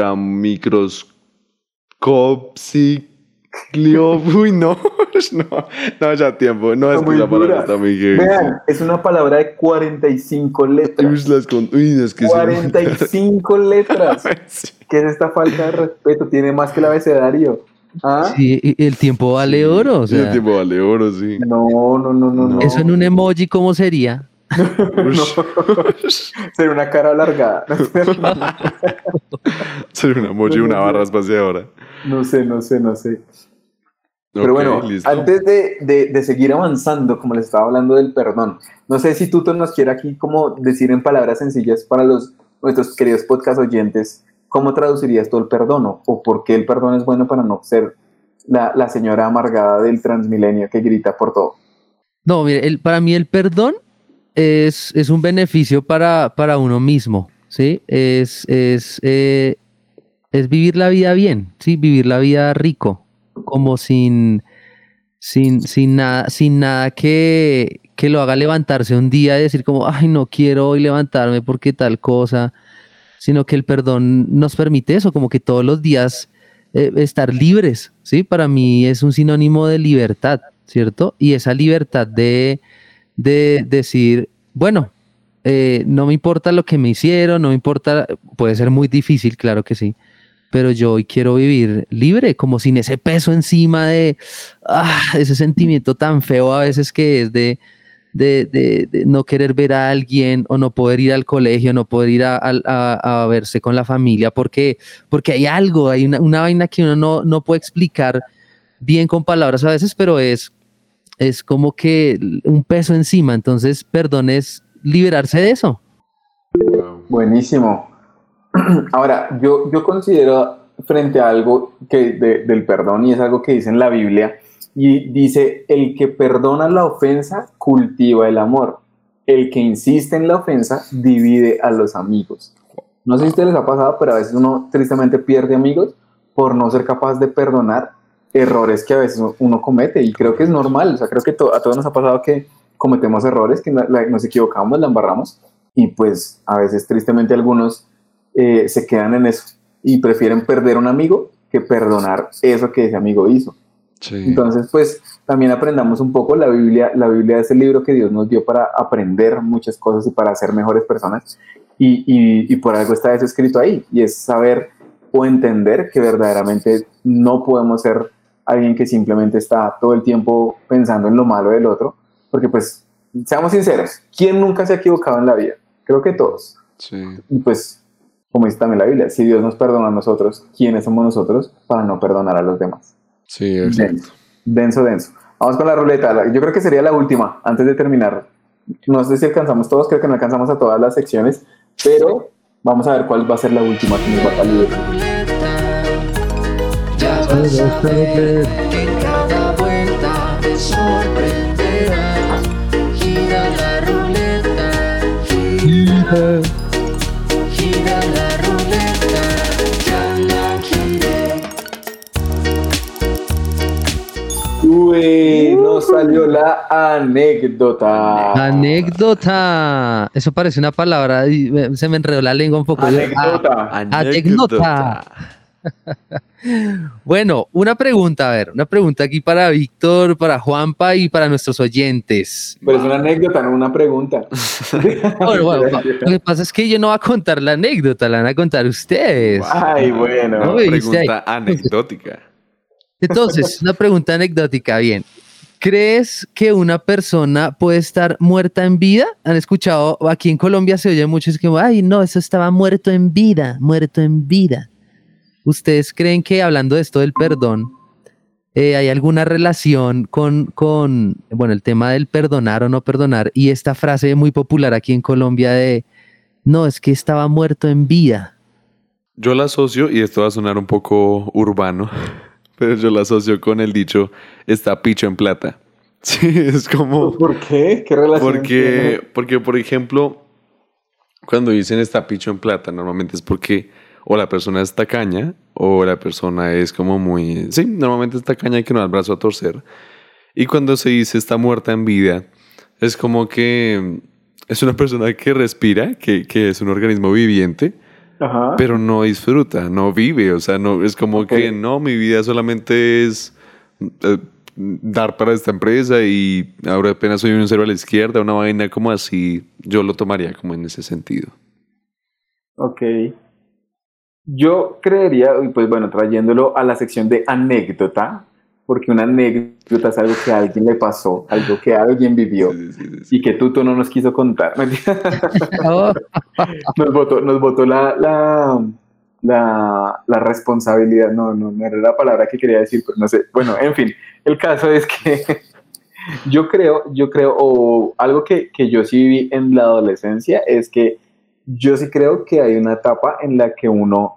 ultramicroscopiclio, uy, no, no, no, ya tiempo, no, es Está que muy esa palabra dura. está muy heavy. Vean, es una palabra de cuarenta y cinco Uy, letras. las con- uy, es que sí. cuarenta y cinco letras. Sí. ¿Qué es esta falta de respeto? Tiene más que el abecedario. ¿Ah? Sí, y el tiempo vale Sí, oro, o y el sea, tiempo vale oro, sí. No, no, no, no, no. eso en un emoji, ¿cómo sería? Ush. Sería una cara alargada. Sería una emoji, una barra espaciadora. No sé, no sé, no sé. Pero Ok, bueno, listo. antes de, de- de seguir avanzando, como les estaba hablando del perdón, no sé si Tuto nos quiere aquí como decir en palabras sencillas para los nuestros queridos podcast oyentes, ¿cómo traducirías tú el perdón o, o por qué el perdón es bueno para no ser la, la señora amargada del Transmilenio que grita por todo? No, mire, el- para mí el perdón es, es un beneficio para, para uno mismo, ¿sí? Es, es, eh, es vivir la vida bien, ¿sí? Vivir la vida rico, como sin, sin, sin nada, sin nada que, que lo haga levantarse un día y decir como, ay, no quiero hoy levantarme porque tal cosa, sino que el perdón nos permite eso, como que todos los días eh, estar libres, ¿sí? Para mí es un sinónimo de libertad, ¿cierto? Y esa libertad de, de decir, bueno, eh, no me importa lo que me hicieron, no me importa, puede ser muy difícil, claro que sí, pero yo hoy quiero vivir libre, como sin ese peso encima de, ah, ese sentimiento tan feo a veces que es de, de, de- de no querer ver a alguien o no poder ir al colegio, no poder ir a, a- a- a verse con la familia, porque, porque hay algo, hay una, una vaina que uno no, no puede explicar bien con palabras a veces, pero es, es como que un peso encima, entonces perdón es liberarse de eso. Buenísimo. Ahora, yo, yo considero frente a algo que de- del perdón, y es algo que dice en la Biblia, y dice, el que perdona la ofensa cultiva el amor. El que insiste en la ofensa divide a los amigos. No sé si a ustedes les ha pasado, pero a veces uno tristemente pierde amigos por no ser capaz de perdonar errores que a veces uno comete, y creo que es normal. O sea, creo que to- a todos nos ha pasado que cometemos errores, que no- la- nos equivocamos, la embarramos, y pues a veces tristemente algunos eh, se quedan en eso y prefieren perder a un amigo que perdonar eso que ese amigo hizo. Sí. Entonces, pues también aprendamos un poco. La Biblia, la Biblia es el libro que Dios nos dio para aprender muchas cosas y para ser mejores personas. Y, y, y por algo está eso escrito ahí. Y es saber o entender que verdaderamente no podemos ser alguien que simplemente está todo el tiempo pensando en lo malo del otro. Porque pues, seamos sinceros, ¿quién nunca se ha equivocado en la vida? Creo que todos. Sí. Y pues, como dice también la Biblia, si Dios nos perdona a nosotros, ¿quiénes somos nosotros para no perdonar a los demás? Sí, exacto. Denso, denso, denso. Vamos con la ruleta. Yo creo que sería la última, antes de terminar. No sé si alcanzamos todos, creo que no alcanzamos a todas las secciones, pero vamos a ver cuál va a ser la última que nos va a salir. Ya vas a ver que en cada vuelta te sorprenderás. Gira la ruleta, gira, gira la ruleta, ya la giré. Uy, nos salió la anécdota. Anécdota. Eso parece una palabra y me- se me enredó la lengua un poco. Anécdota. Anécdota. Bueno, una pregunta, a ver, una pregunta aquí para Víctor, para Juanpa y para nuestros oyentes. Pero es una anécdota, no una pregunta. Bueno, bueno, lo que pasa es que yo no voy a contar la anécdota, la van a contar ustedes. Ay, bueno. No, Una ¿viste ahí? pregunta anecdótica. Entonces, una pregunta anecdótica, bien. ¿Crees que una persona puede estar muerta en vida? ¿Han escuchado? Aquí en Colombia se oye mucho, es que, ay, no, eso estaba muerto en vida, muerto en vida. ¿Ustedes creen que, hablando de esto del perdón, eh, hay alguna relación con, con, bueno, el tema del perdonar o no perdonar y esta frase muy popular aquí en Colombia de, no, es que estaba muerto en vida? Yo la asocio, y esto va a sonar un poco urbano, pero yo la asocio con el dicho, está picho en plata. Sí, es como... ¿Por qué? ¿Qué relación Porque, tiene? porque, por ejemplo, cuando dicen está picho en plata, normalmente es porque o la persona es tacaña o la persona es como muy... Sí, normalmente es tacaña y que no da el brazo a torcer. Y cuando se dice está muerta en vida, es como que es una persona que respira, que, que es un organismo viviente, Ajá. pero no disfruta, no vive. O sea, no es como Ok. que no, mi vida solamente es eh, dar para esta empresa y ahora apenas soy un cero a la izquierda, una vaina como así. Yo lo tomaría como en ese sentido. Ok. Yo creería, y pues bueno, trayéndolo a la sección de anécdota, porque una anécdota es algo que a alguien le pasó, algo que alguien vivió Sí, sí, sí, sí. y que Tuto no nos quiso contar. Oh, Nos votó, nos votó la, la, la, la responsabilidad. No, no, no era la palabra que quería decir, pero no sé. Bueno, en fin, el caso es que yo creo, yo creo, o algo que, que yo sí viví en la adolescencia es que yo sí creo que hay una etapa en la que uno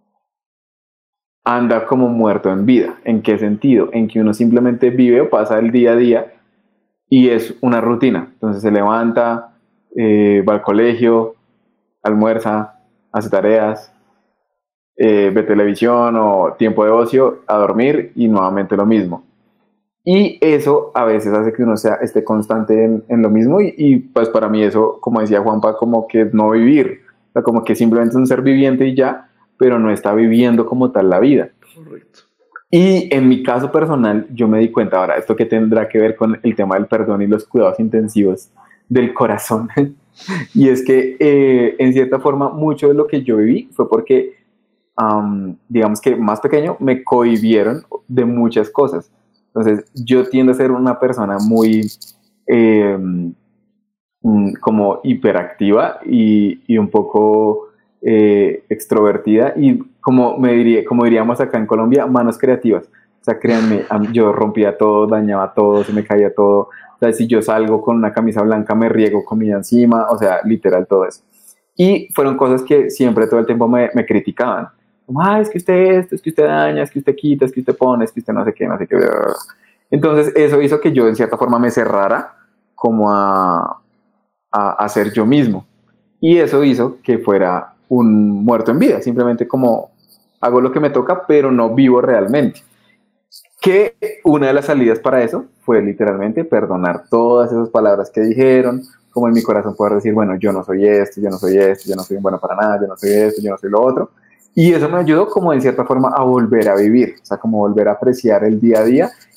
anda como muerto en vida. ¿En qué sentido? En que uno simplemente vive o pasa el día a día y es una rutina. Entonces se levanta, eh, va al colegio, almuerza, hace tareas, eh, ve televisión o tiempo de ocio, a dormir y nuevamente lo mismo. Y eso a veces hace que uno sea, esté constante en, en lo mismo y, y pues para mí eso, como decía Juanpa, como que es no vivir. O sea, como que simplemente es un ser viviente y ya, pero no está viviendo como tal la vida. Correcto. Y en mi caso personal, yo me di cuenta, ahora, esto que tendrá que ver con el tema del perdón y los cuidados intensivos del corazón. Y es que, eh, en cierta forma, mucho de lo que yo viví fue porque, um, digamos que más pequeño, me cohibieron de muchas cosas. Entonces, yo tiendo a ser una persona muy, eh, mm, como hiperactiva y, y un poco eh, extrovertida y como, me diría, como diríamos acá en Colombia, manos creativas. O sea, créanme, am- yo rompía todo, dañaba todo, se me caía todo. O sea, si yo salgo con una camisa blanca, me riego comida encima, o sea, literal todo eso. Y fueron cosas que siempre todo el tiempo me, me criticaban. Como, ah, es que usted esto, es que usted daña, es que usted quita, es que usted pone, es que usted no sé qué, no sé qué. Entonces, eso hizo que yo en cierta forma me cerrara como a, a, a ser yo mismo. Y eso hizo que fuera un muerto en vida, simplemente como hago lo que me toca, pero no vivo realmente. Que una de las salidas para eso fue literalmente perdonar todas esas palabras que dijeron, como en mi corazón poder decir, bueno, yo no soy esto, yo no soy esto, yo no soy bueno para nada, yo no soy esto, yo no soy lo otro. Y eso me ayudó como en cierta forma a volver a vivir, o sea, como volver a apreciar el día a día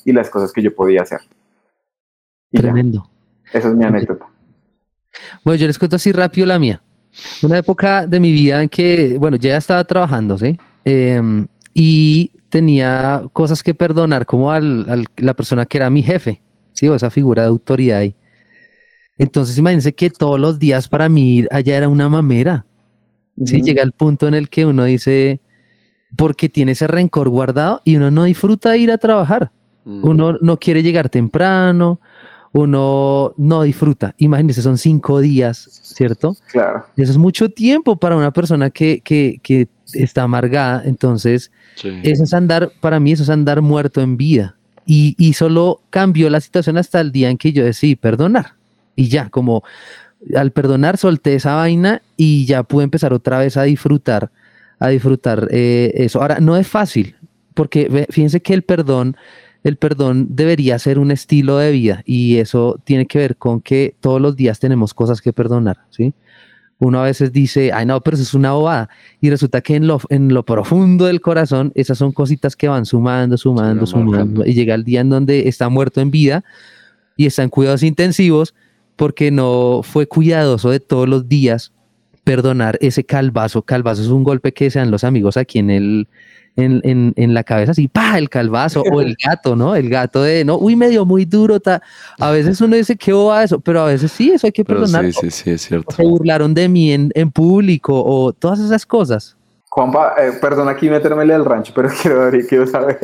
y las cosas que yo podía hacer. Y Tremendo. Ya. Esa es mi anécdota. Bueno, yo les cuento así rápido la mía. Una época de mi vida en que, bueno, ya estaba trabajando, ¿sí? Eh, y tenía cosas que perdonar, como al, al la persona que era mi jefe, ¿sí? O esa figura de autoridad ahí. Entonces, imagínense que todos los días para mí ir allá era una mamera. Sí, Uh-huh. llega el punto en el que uno dice, porque tiene ese rencor guardado y uno no disfruta ir a trabajar. Mm. Uno no quiere llegar temprano, uno no disfruta. Imagínense, son cinco días, ¿cierto? Claro. Eso es mucho tiempo para una persona que, que, que está amargada. Entonces, Sí. eso es andar, para mí eso es andar muerto en vida. Y, y solo cambió la situación hasta el día en que yo decidí perdonar. Y ya, como al perdonar solté esa vaina y ya pude empezar otra vez a disfrutar, a disfrutar eh, eso. Ahora, no es fácil, porque ve, fíjense que el perdón, el perdón debería ser un estilo de vida y eso tiene que ver con que todos los días tenemos cosas que perdonar, ¿sí? Uno a veces dice, ay no, pero eso es una bobada. Y resulta que en lo, en lo profundo del corazón, esas son cositas que van sumando, sumando, Sí, van sumando. marcando. Y llega el día en donde está muerto en vida y está en cuidados intensivos porque no fue cuidadoso de todos los días perdonar ese calvazo. Calvazo es un golpe que se dan los amigos aquí en el... En, en, en la cabeza, así, pa, el calvazo, o el gato, ¿no? El gato de, no, uy, me dio muy duro, ta. A veces uno dice, qué boba eso, pero a veces sí, eso hay que Pero perdonar. sí, sí, sí, es cierto. Se burlaron de mí en, en público, o todas esas cosas. Juanpa, eh, perdón aquí metérmele al rancho, pero quiero, quiero saber.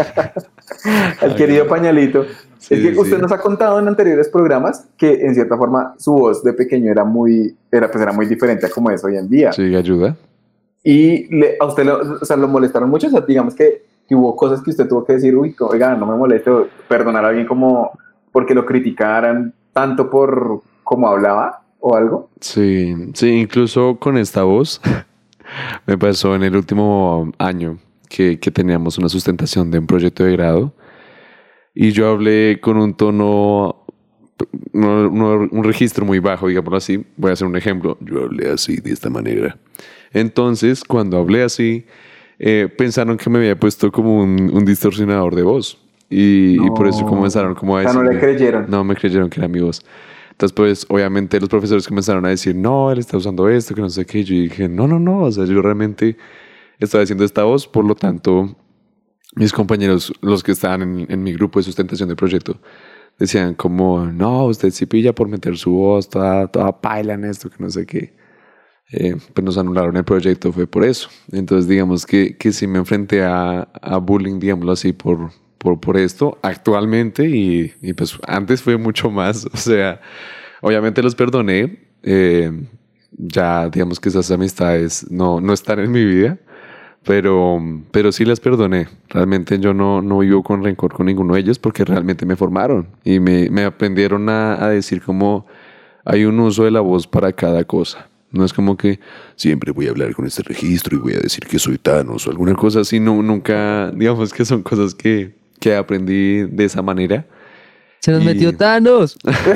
El querido Pañalito. Sí, es que sí, usted sí. nos ha contado en anteriores programas que en cierta forma su voz de pequeño era muy, era, pues era muy diferente a como es hoy en día. Sí, ayuda. Y le, a usted lo, o sea, lo molestaron mucho. O sea, digamos que, que hubo cosas que usted tuvo que decir, uy, oiga, no me moleste, o perdonar a alguien como porque lo criticaran tanto por cómo hablaba o algo. Sí, sí, incluso con esta voz me pasó en el último año que, que teníamos una sustentación de un proyecto de grado y yo hablé con un tono, no, no, un registro muy bajo, digámoslo así. Voy a hacer un ejemplo. Yo hablé así, de esta manera. Entonces, cuando hablé así, eh, pensaron que me había puesto como un, un distorsionador de voz y, No. y por eso comenzaron como a O sea, no decirme, le creyeron. no me creyeron que era mi voz. Entonces, pues, obviamente los profesores comenzaron a decir, no, él está usando esto, que no sé qué. Yo dije, no, no, no, o sea, yo realmente estaba haciendo esta voz, por lo tanto, mis compañeros, los que estaban en, en mi grupo de sustentación del proyecto, decían como, no, usted sí pilla por meter su voz, toda, toda paila en esto, que no sé qué. Eh, pues nos anularon el proyecto, fue por eso. Entonces, digamos que, que sí me enfrenté a, a bullying, digámoslo así, por, por, por esto actualmente y, y pues antes fue mucho más. O sea, obviamente los perdoné. Eh, ya, digamos que esas amistades no, no están en mi vida, pero, pero sí las perdoné. Realmente yo no, no vivo con rencor con ninguno de ellos porque realmente me formaron y me, me aprendieron a, a decir como hay un uso de la voz para cada cosa. No es como que siempre voy a hablar con este registro y voy a decir que soy Thanos o alguna cosa así. No, nunca, digamos que son cosas que, que aprendí de esa manera. Se nos Y- metió Thanos.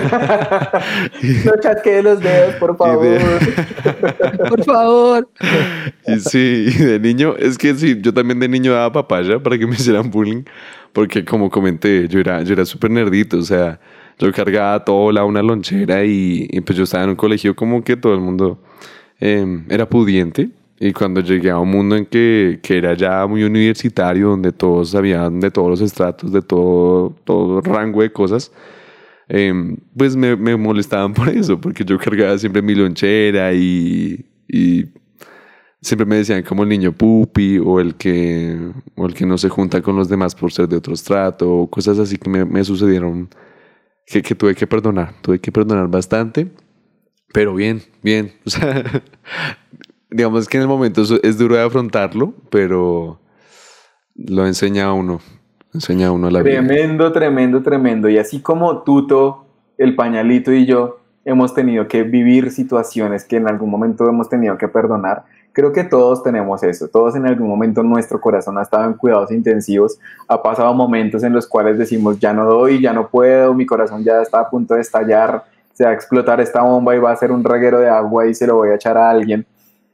No chasquee los dedos, por favor. Por favor. Y sí, y de niño, es que sí, yo también de niño daba papaya para que me hicieran bullying, porque como comenté, yo era, yo era súper nerdito, o sea, yo cargaba todo la una lonchera y, y pues yo estaba en un colegio como que todo el mundo eh, era pudiente. Y cuando llegué a un mundo en que, que era ya muy universitario, donde todos sabían de todos los estratos, de todo, todo rango de cosas, eh, pues me, me molestaban por eso, porque yo cargaba siempre mi lonchera y, y siempre me decían como el niño pupi o el que, o el que no se junta con los demás por ser de otro estrato, o cosas así que me, me sucedieron que, que tuve que perdonar. Tuve que perdonar bastante, pero bien, bien. O sea, digamos que en el momento es, es duro de afrontarlo, pero lo enseña a uno. Enseña a uno la vida. Tremendo, tremendo, tremendo. Y así como Tuto, el Pañalito y yo hemos tenido que vivir situaciones que en algún momento hemos tenido que perdonar, creo que todos tenemos eso. Todos en algún momento nuestro corazón ha estado en cuidados intensivos, ha pasado momentos en los cuales decimos, ya no doy, ya no puedo, mi corazón ya está a punto de estallar, se va a explotar esta bomba y va a ser un reguero de agua y se lo voy a echar a alguien.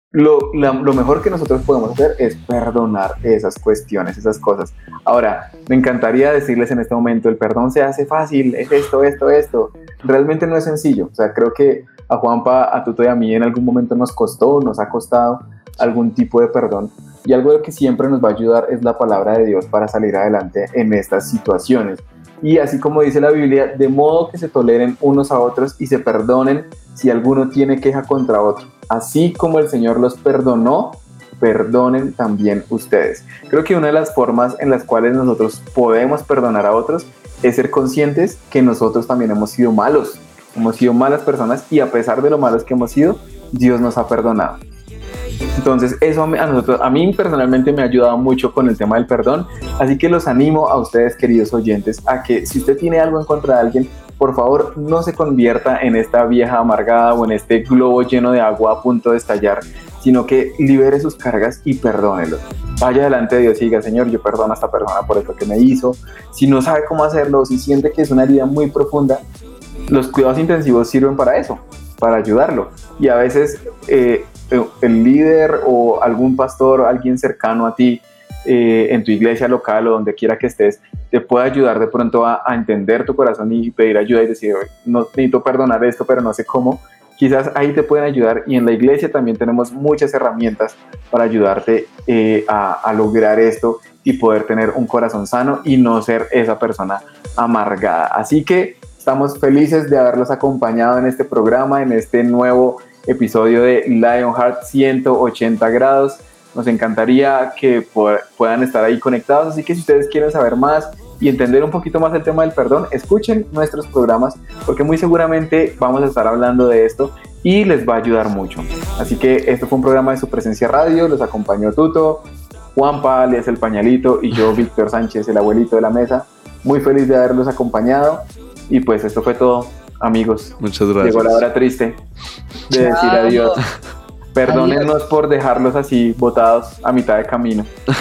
lo, la, lo mejor que nosotros podemos hacer es perdonar esas cuestiones, esas cosas. Ahora, me encantaría decirles en este momento, el perdón se hace fácil, es esto, esto, esto. Realmente no es sencillo. O sea, creo que a Juanpa, a Tuto y a mí en algún momento nos costó, nos ha costado algún tipo de perdón. Y algo que siempre nos va a ayudar es la palabra de Dios para salir adelante en estas situaciones. Y así como dice la Biblia, de modo que se toleren unos a otros y se perdonen si alguno tiene queja contra otro. Así como el Señor los perdonó, perdonen también ustedes. Creo que una de las formas en las cuales nosotros podemos perdonar a otros es ser conscientes que nosotros también hemos sido malos, hemos sido malas personas y a pesar de lo malos que hemos sido, Dios nos ha perdonado. Entonces eso a nosotros, a mí personalmente me ha ayudado mucho con el tema del perdón, así que los animo a ustedes, queridos oyentes, a que si usted tiene algo en contra de alguien, por favor no se convierta en esta vieja amargada o en este globo lleno de agua a punto de estallar, sino que libere sus cargas y perdónelo. Vaya delante de Dios y diga, Señor, yo perdono a esta persona por esto que me hizo. Si no sabe cómo hacerlo, si siente que es una herida muy profunda, los cuidados intensivos sirven para eso, para ayudarlo. Y a veces eh, el líder o algún pastor o alguien cercano a ti eh, en tu iglesia local o donde quiera que estés, te puede ayudar de pronto a, a entender tu corazón y pedir ayuda y decir, no necesito perdonar esto, pero no sé cómo. Quizás ahí te pueden ayudar y en la iglesia también tenemos muchas herramientas para ayudarte eh, a, a lograr esto y poder tener un corazón sano y no ser esa persona amargada. Así que estamos felices de haberlos acompañado en este programa, en este nuevo episodio de Lionheart ciento ochenta grados. Nos encantaría que puedan estar ahí conectados, así que si ustedes quieren saber más y entender un poquito más el tema del perdón, escuchen nuestros programas porque muy seguramente vamos a estar hablando de esto y les va a ayudar mucho. Así que esto fue un programa de Su Presencia Radio, los acompañó Tuto, Juanpa, alias El Pañalito, y yo, Víctor Sánchez, el abuelito de la mesa. Muy feliz de haberlos acompañado y pues esto fue todo, amigos. Muchas gracias. Llegó la hora triste de decir Chao. adiós. Perdónennos Adiós. por dejarlos así botados a mitad de camino.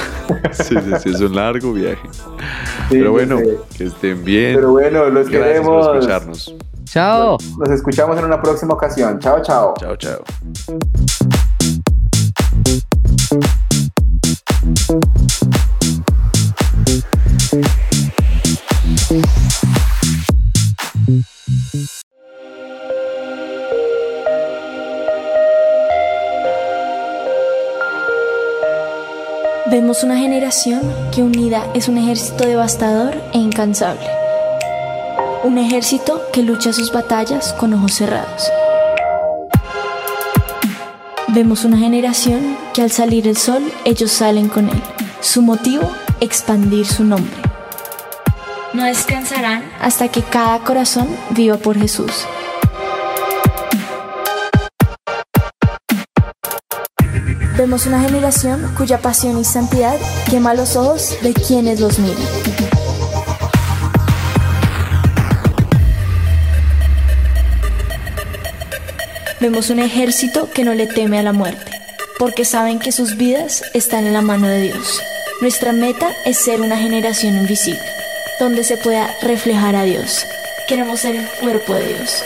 Sí, sí, sí, es un largo viaje. Sí, Pero bueno, sé. que estén bien. Pero bueno, los Gracias queremos. por escucharnos. Chao. Nos escuchamos en una próxima ocasión. Chao, chao. Chao, chao. Vemos una generación que unida es un ejército devastador e incansable. Un ejército que lucha sus batallas con ojos cerrados. Vemos una generación que al salir el sol, ellos salen con él. Su motivo, expandir su nombre. No descansarán hasta que cada corazón viva por Jesús. Vemos una generación cuya pasión y santidad quema los ojos de quienes los miran. Vemos un ejército que no le teme a la muerte, porque saben que sus vidas están en la mano de Dios. Nuestra meta es ser una generación invisible, donde se pueda reflejar a Dios. Queremos ser el cuerpo de Dios.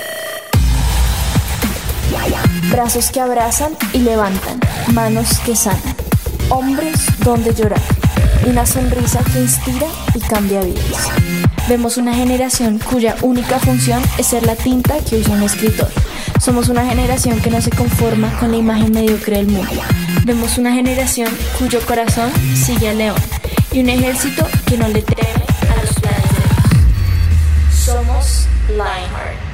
Brazos que abrazan y levantan, manos que sanan, hombros donde llorar, una sonrisa que inspira y cambia vidas. Vemos una generación cuya única función es ser la tinta que usa un escritor. Somos una generación que no se conforma con la imagen mediocre del mundo. Vemos una generación cuyo corazón sigue al león y un ejército que no le teme a los planes de Dios. Somos Lionheart.